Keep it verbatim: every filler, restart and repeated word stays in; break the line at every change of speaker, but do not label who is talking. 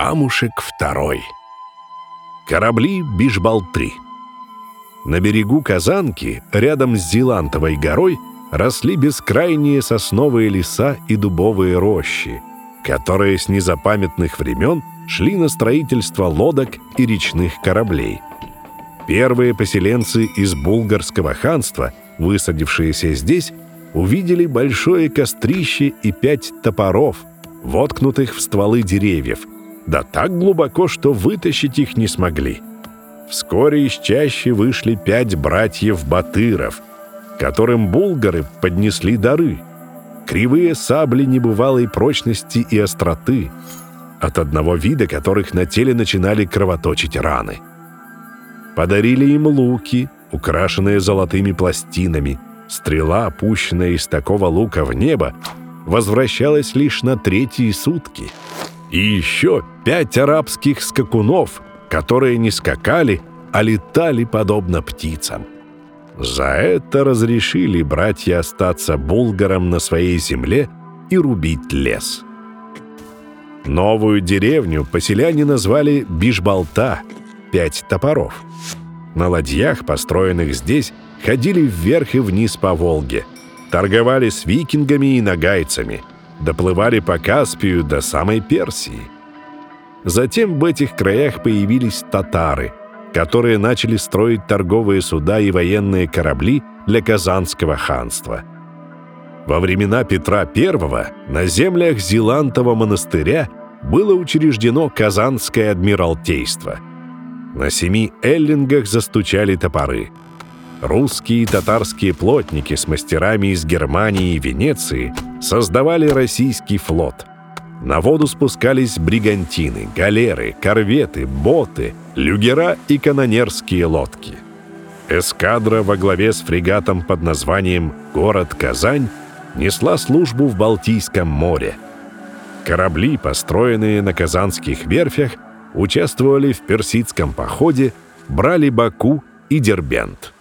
Камушек второй. Корабли Бишбалтри. На берегу Казанки, рядом с Зилантовой горой, росли бескрайние сосновые леса и дубовые рощи, которые с незапамятных времен шли на строительство лодок и речных кораблей. Первые поселенцы из Булгарского ханства, высадившиеся здесь, увидели большое кострище и пять топоров, воткнутых в стволы деревьев, да так глубоко, что вытащить их не смогли. Вскоре из чащи вышли пять братьев-батыров, которым булгары поднесли дары: кривые сабли небывалой прочности и остроты, от одного вида которых на теле начинали кровоточить раны. Подарили им луки, украшенные золотыми пластинами. Стрела, опущенная из такого лука в небо, возвращалась лишь на третьи сутки. И еще пять арабских скакунов, которые не скакали, а летали подобно птицам. За это разрешили братья остаться булгарам на своей земле и рубить лес. Новую деревню поселяне назвали Бишбалта — пять топоров. На ладьях, построенных здесь, ходили вверх и вниз по Волге, торговали с викингами и нагайцами, доплывали по Каспию до самой Персии. Затем в этих краях появились татары, которые начали строить торговые суда и военные корабли для Казанского ханства. Во времена Петра Первого на землях Зилантова монастыря было учреждено Казанское адмиралтейство. На семи эллингах застучали топоры. Русские и татарские плотники с мастерами из Германии и Венеции создавали российский флот. На воду спускались бригантины, галеры, корветы, боты, люгера и канонерские лодки. Эскадра во главе с фрегатом под названием «Город Казань» несла службу в Балтийском море. Корабли, построенные на казанских верфях, участвовали в персидском походе, брали Баку и Дербент.